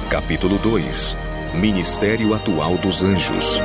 Capítulo 2. Ministério atual dos anjos.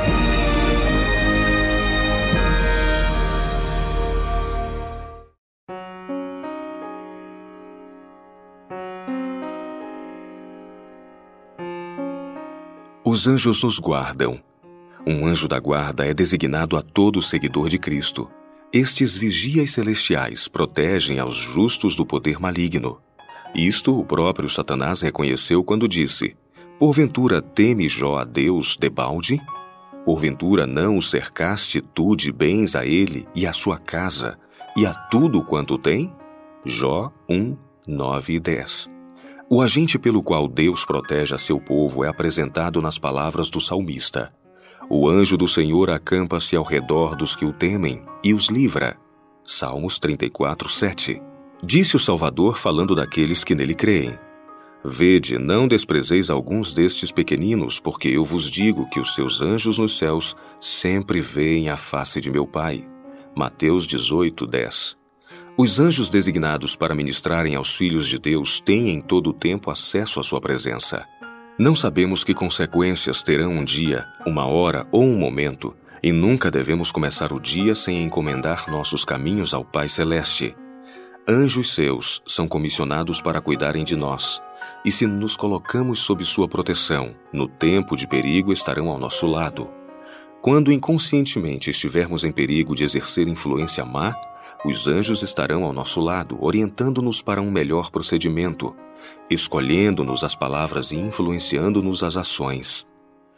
Os anjos nos guardam. Um anjo da guarda é designado a todo seguidor de Cristo. Estes vigias celestiais protegem aos justos do poder maligno. Isto o próprio Satanás reconheceu quando disse: porventura teme Jó a Deus debalde? Porventura não o cercaste tu de bens a ele e a sua casa, e a tudo quanto tem? Jó 1, 9 e 10. O agente pelo qual Deus protege a seu povo é apresentado nas palavras do salmista: o anjo do Senhor acampa-se ao redor dos que o temem e os livra. Salmos 34, 7. Disse o Salvador falando daqueles que nele creem: vede, não desprezeis alguns destes pequeninos, porque eu vos digo que os seus anjos nos céus sempre veem a face de meu Pai. Mateus 18, 10. Os anjos designados para ministrarem aos filhos de Deus têm em todo o tempo acesso à sua presença. Não sabemos que consequências terão um dia, uma hora ou um momento, e nunca devemos começar o dia sem encomendar nossos caminhos ao Pai Celeste. Anjos seus são comissionados para cuidarem de nós, e se nos colocamos sob sua proteção, no tempo de perigo estarão ao nosso lado. Quando inconscientemente estivermos em perigo de exercer influência má, os anjos estarão ao nosso lado, orientando-nos para um melhor procedimento, escolhendo-nos as palavras e influenciando-nos as ações.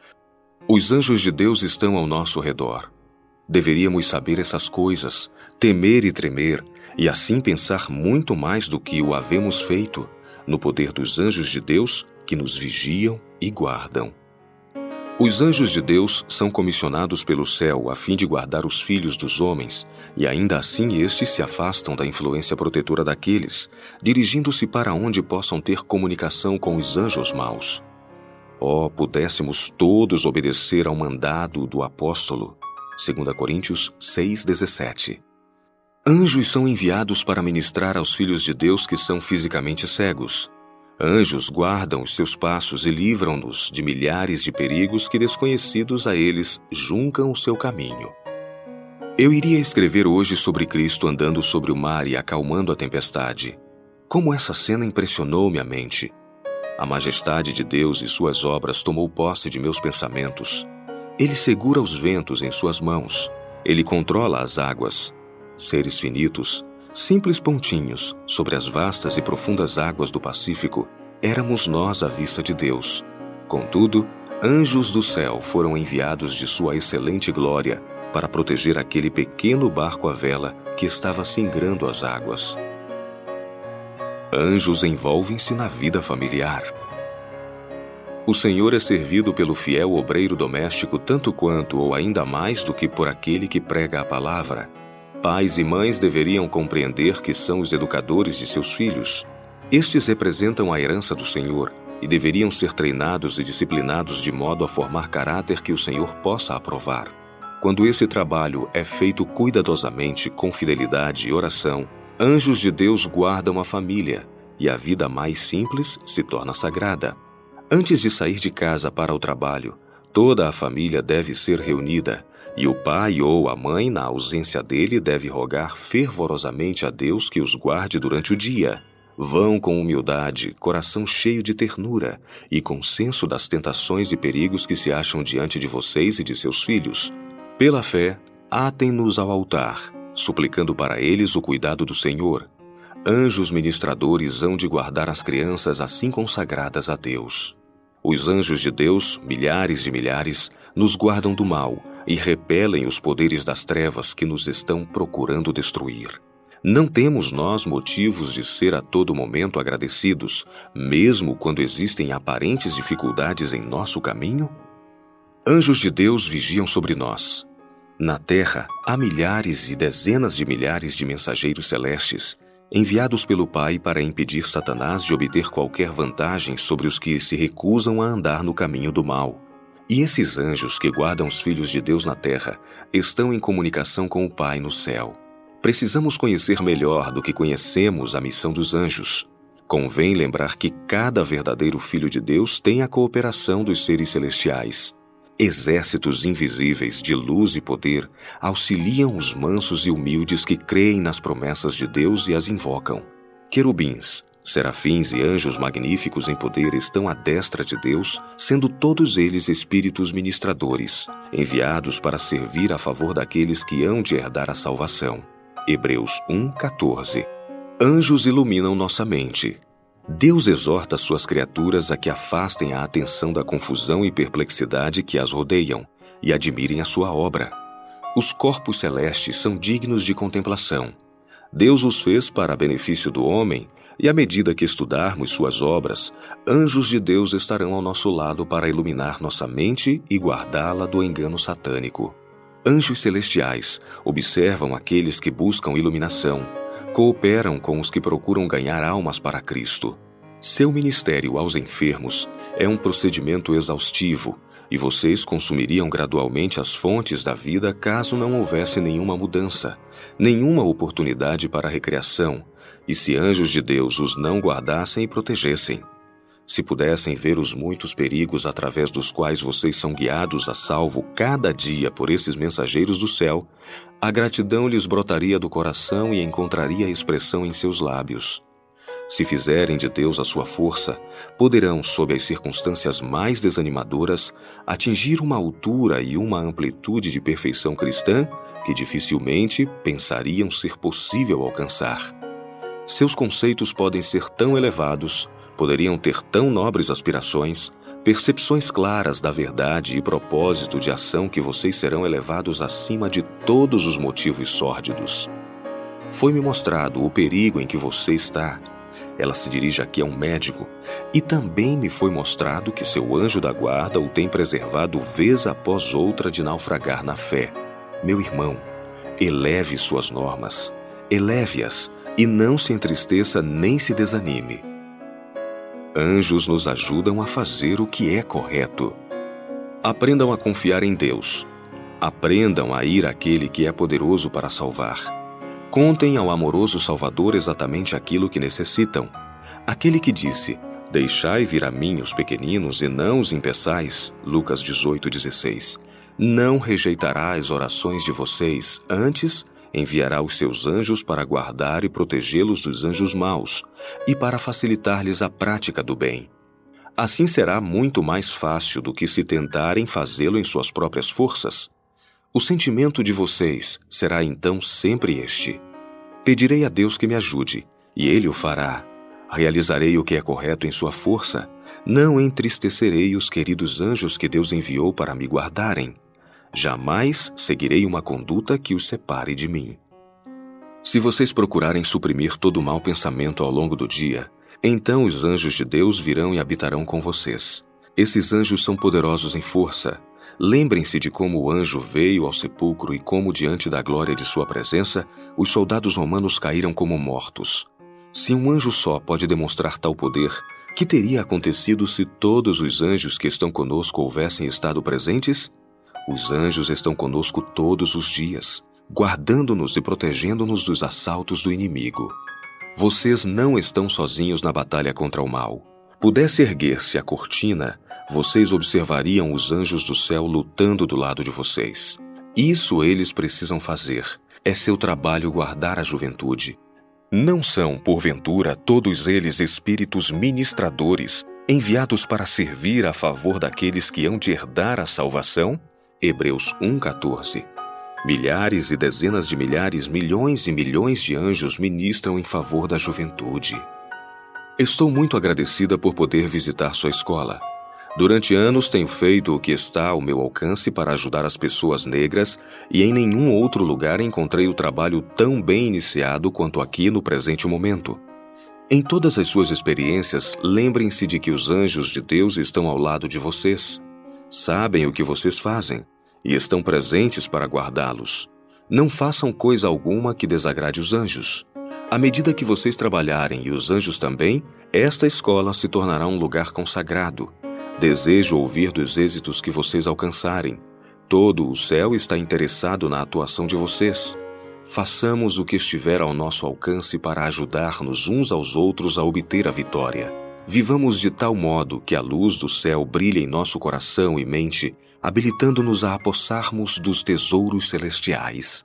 Os anjos de Deus estão ao nosso redor. Deveríamos saber essas coisas, temer e tremer, e assim pensar muito mais do que o havemos feito, no poder dos anjos de Deus que nos vigiam e guardam. Os anjos de Deus são comissionados pelo céu a fim de guardar os filhos dos homens, e ainda assim estes se afastam da influência protetora daqueles, dirigindo-se para onde possam ter comunicação com os anjos maus. Oh, pudéssemos todos obedecer ao mandado do apóstolo. 2 Coríntios 6,17. Anjos são enviados para ministrar aos filhos de Deus que são fisicamente cegos. Anjos guardam os seus passos e livram-nos de milhares de perigos que desconhecidos a eles juncam o seu caminho. Eu iria escrever hoje sobre Cristo andando sobre o mar e acalmando a tempestade. Como essa cena impressionou minha mente. A majestade de Deus e suas obras tomou posse de meus pensamentos. Ele segura os ventos em suas mãos. Ele controla as águas. Seres finitos, simples pontinhos sobre as vastas e profundas águas do Pacífico, éramos nós à vista de Deus. Contudo, anjos do céu foram enviados de sua excelente glória para proteger aquele pequeno barco à vela que estava singrando as águas. Anjos envolvem-se na vida familiar. O Senhor é servido pelo fiel obreiro doméstico tanto quanto ou ainda mais do que por aquele que prega a palavra. Pais e mães deveriam compreender que são os educadores de seus filhos. Estes representam a herança do Senhor e deveriam ser treinados e disciplinados de modo a formar caráter que o Senhor possa aprovar. Quando esse trabalho é feito cuidadosamente, com fidelidade e oração, anjos de Deus guardam a família e a vida mais simples se torna sagrada. Antes de sair de casa para o trabalho, toda a família deve ser reunida, e o pai ou a mãe, na ausência dele, deve rogar fervorosamente a Deus que os guarde durante o dia. Vão com humildade, coração cheio de ternura e com senso das tentações e perigos que se acham diante de vocês e de seus filhos. Pela fé, atem-nos ao altar, suplicando para eles o cuidado do Senhor. Anjos ministradores hão de guardar as crianças assim consagradas a Deus. Os anjos de Deus, milhares de milhares, nos guardam do mal e repelem os poderes das trevas que nos estão procurando destruir. Não temos nós motivos de ser a todo momento agradecidos, mesmo quando existem aparentes dificuldades em nosso caminho? Anjos de Deus vigiam sobre nós. Na terra, há milhares e dezenas de milhares de mensageiros celestes, enviados pelo Pai para impedir Satanás de obter qualquer vantagem sobre os que se recusam a andar no caminho do mal. E esses anjos que guardam os filhos de Deus na terra estão em comunicação com o Pai no céu. Precisamos conhecer melhor do que conhecemos a missão dos anjos. Convém lembrar que cada verdadeiro filho de Deus tem a cooperação dos seres celestiais. Exércitos invisíveis de luz e poder auxiliam os mansos e humildes que creem nas promessas de Deus e as invocam. Querubins, serafins e anjos magníficos em poder estão à destra de Deus, sendo todos eles espíritos ministradores, enviados para servir a favor daqueles que hão de herdar a salvação. Hebreus 1:14. Anjos iluminam nossa mente. Deus exorta suas criaturas a que afastem a atenção da confusão e perplexidade que as rodeiam e admirem a sua obra. Os corpos celestes são dignos de contemplação. Deus os fez para benefício do homem, e à medida que estudarmos suas obras, anjos de Deus estarão ao nosso lado para iluminar nossa mente e guardá-la do engano satânico. Anjos celestiais observam aqueles que buscam iluminação, cooperam com os que procuram ganhar almas para Cristo. Seu ministério aos enfermos é um procedimento exaustivo, e vocês consumiriam gradualmente as fontes da vida caso não houvesse nenhuma mudança, nenhuma oportunidade para recreação, e se anjos de Deus os não guardassem e protegessem. Se pudessem ver os muitos perigos através dos quais vocês são guiados a salvo cada dia por esses mensageiros do céu, a gratidão lhes brotaria do coração e encontraria expressão em seus lábios. Se fizerem de Deus a sua força, poderão, sob as circunstâncias mais desanimadoras, atingir uma altura e uma amplitude de perfeição cristã que dificilmente pensariam ser possível alcançar. Seus conceitos podem ser tão elevados, poderiam ter tão nobres aspirações, percepções claras da verdade e propósito de ação que vocês serão elevados acima de todos os motivos sórdidos. Foi-me mostrado o perigo em que você está. Ela se dirige aqui a um médico, e também me foi mostrado que seu anjo da guarda o tem preservado vez após outra de naufragar na fé. Meu irmão, eleve suas normas, eleve-as, e não se entristeça nem se desanime. Anjos nos ajudam a fazer o que é correto. Aprendam a confiar em Deus. Aprendam a ir àquele que é poderoso para salvar. Contem ao amoroso Salvador exatamente aquilo que necessitam. Aquele que disse, deixai vir a mim os pequeninos e não os impeçais, Lucas 18:16, não rejeitará as orações de vocês, antes enviará os seus anjos para guardar e protegê-los dos anjos maus e para facilitar-lhes a prática do bem. Assim será muito mais fácil do que se tentarem fazê-lo em suas próprias forças. O sentimento de vocês será então sempre este: pedirei a Deus que me ajude, e Ele o fará. Realizarei o que é correto em sua força, não entristecerei os queridos anjos que Deus enviou para me guardarem. Jamais seguirei uma conduta que os separe de mim. Se vocês procurarem suprimir todo mau pensamento ao longo do dia, então os anjos de Deus virão e habitarão com vocês. Esses anjos são poderosos em força. Lembrem-se de como o anjo veio ao sepulcro e como, diante da glória de sua presença, os soldados romanos caíram como mortos. Se um anjo só pode demonstrar tal poder, que teria acontecido se todos os anjos que estão conosco houvessem estado presentes? Os anjos estão conosco todos os dias, guardando-nos e protegendo-nos dos assaltos do inimigo. Vocês não estão sozinhos na batalha contra o mal. Pudesse erguer-se a cortina, vocês observariam os anjos do céu lutando do lado de vocês. Isso eles precisam fazer. É seu trabalho guardar a juventude. Não são, porventura, todos eles espíritos ministradores, enviados para servir a favor daqueles que hão de herdar a salvação? Hebreus 1:14. Milhares e dezenas de milhares, milhões e milhões de anjos ministram em favor da juventude. Estou muito agradecida por poder visitar sua escola. Durante anos tenho feito o que está ao meu alcance para ajudar as pessoas negras e em nenhum outro lugar encontrei o trabalho tão bem iniciado quanto aqui no presente momento. Em todas as suas experiências, lembrem-se de que os anjos de Deus estão ao lado de vocês. Sabem o que vocês fazem e estão presentes para guardá-los. Não façam coisa alguma que desagrade os anjos. À medida que vocês trabalharem e os anjos também, esta escola se tornará um lugar consagrado. Desejo ouvir dos êxitos que vocês alcançarem. Todo o céu está interessado na atuação de vocês. façamos o que estiver ao nosso alcance para ajudar-nos uns aos outros a obter a vitória. Vivamos de tal modo que a luz do céu brilhe em nosso coração e mente, habilitando-nos a apossarmos dos tesouros celestiais.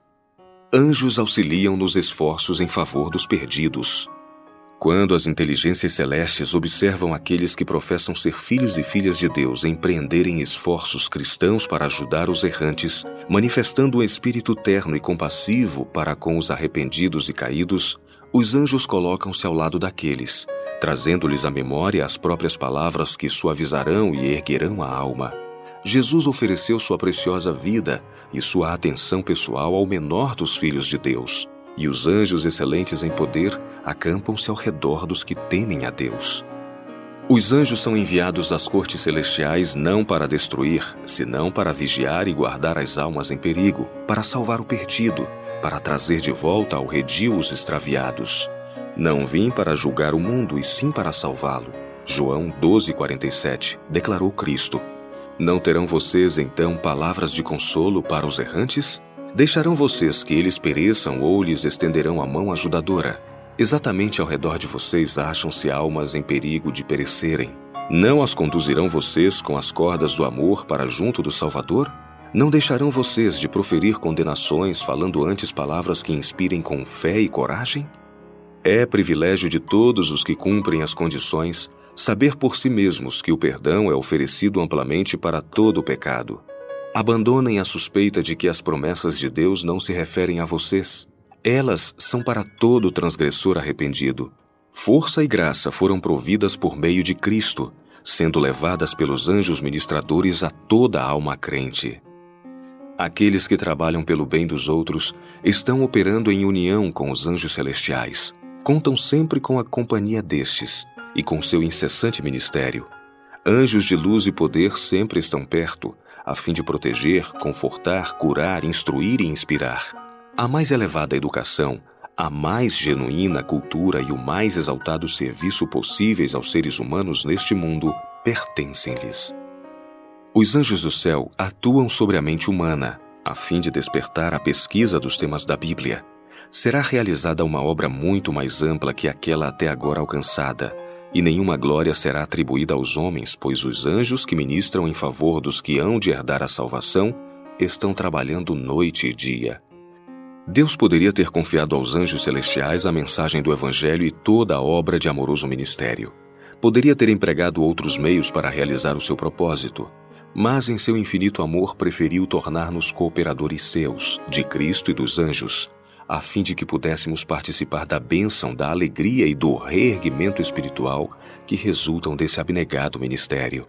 Anjos auxiliam nos esforços em favor dos perdidos. Quando as inteligências celestes observam aqueles que professam ser filhos e filhas de Deus empreenderem esforços cristãos para ajudar os errantes, manifestando um espírito terno e compassivo para com os arrependidos e caídos, os anjos colocam-se ao lado daqueles, trazendo-lhes à memória as próprias palavras que suavizarão e erguerão a alma. Jesus ofereceu sua preciosa vida e sua atenção pessoal ao menor dos filhos de Deus, e os anjos excelentes em poder acampam-se ao redor dos que temem a Deus. Os anjos são enviados às cortes celestiais não para destruir, senão para vigiar e guardar as almas em perigo, para salvar o perdido, para trazer de volta ao redil os extraviados. Não vim para julgar o mundo, e sim para salvá-lo. João 12:47, declarou Cristo. Não terão vocês, então, palavras de consolo para os errantes? Deixarão vocês que eles pereçam ou lhes estenderão a mão ajudadora? Exatamente ao redor de vocês acham-se almas em perigo de perecerem. Não as conduzirão vocês com as cordas do amor para junto do Salvador? Não deixarão vocês de proferir condenações, falando antes palavras que inspirem com fé e coragem? É privilégio de todos os que cumprem as condições saber por si mesmos que o perdão é oferecido amplamente para todo o pecado. Abandonem a suspeita de que as promessas de Deus não se referem a vocês. Elas são para todo transgressor arrependido. Força e graça foram providas por meio de Cristo, sendo levadas pelos anjos ministradores a toda a alma crente. Aqueles que trabalham pelo bem dos outros estão operando em união com os anjos celestiais. Contam sempre com a companhia destes e com seu incessante ministério. Anjos de luz e poder sempre estão perto, a fim de proteger, confortar, curar, instruir e inspirar. A mais elevada educação, a mais genuína cultura e o mais exaltado serviço possíveis aos seres humanos neste mundo pertencem-lhes. Os anjos do céu atuam sobre a mente humana, a fim de despertar a pesquisa dos temas da Bíblia. Será realizada uma obra muito mais ampla que aquela até agora alcançada, e nenhuma glória será atribuída aos homens, pois os anjos que ministram em favor dos que hão de herdar a salvação estão trabalhando noite e dia. Deus poderia ter confiado aos anjos celestiais a mensagem do Evangelho e toda a obra de amoroso ministério. Poderia ter empregado outros meios para realizar o seu propósito, mas em seu infinito amor preferiu tornar-nos cooperadores seus, de Cristo e dos anjos, a fim de que pudéssemos participar da bênção, da alegria e do reerguimento espiritual que resultam desse abnegado ministério.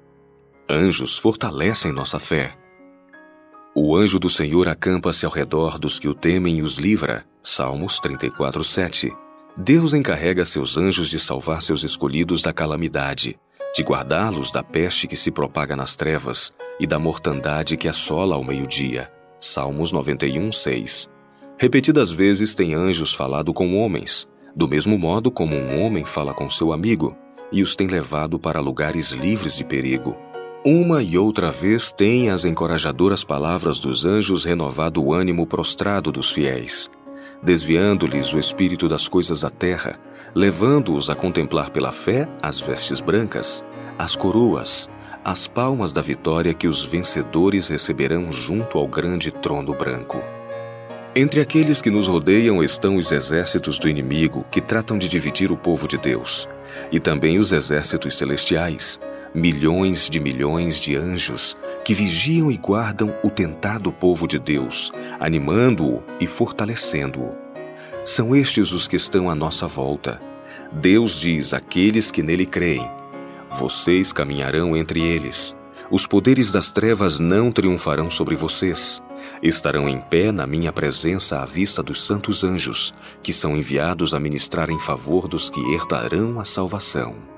Anjos fortalecem nossa fé. O anjo do Senhor acampa-se ao redor dos que o temem e os livra. Salmos 34:7. Deus encarrega seus anjos de salvar seus escolhidos da calamidade, de guardá-los da peste que se propaga nas trevas e da mortandade que assola ao meio-dia. Salmos 91:6. Repetidas vezes têm anjos falado com homens, do mesmo modo como um homem fala com seu amigo, e os tem levado para lugares livres de perigo. Uma e outra vez têm as encorajadoras palavras dos anjos renovado o ânimo prostrado dos fiéis, desviando-lhes o espírito das coisas da terra, levando-os a contemplar pela fé as vestes brancas, as coroas, as palmas da vitória que os vencedores receberão junto ao grande trono branco. Entre aqueles que nos rodeiam estão os exércitos do inimigo que tratam de dividir o povo de Deus, e também os exércitos celestiais, milhões de anjos que vigiam e guardam o tentado povo de Deus, animando-o e fortalecendo-o. São estes os que estão à nossa volta. Deus diz àqueles que nele creem: vocês caminharão entre eles. Os poderes das trevas não triunfarão sobre vocês. Estarão em pé na minha presença à vista dos santos anjos, que são enviados a ministrar em favor dos que herdarão a salvação.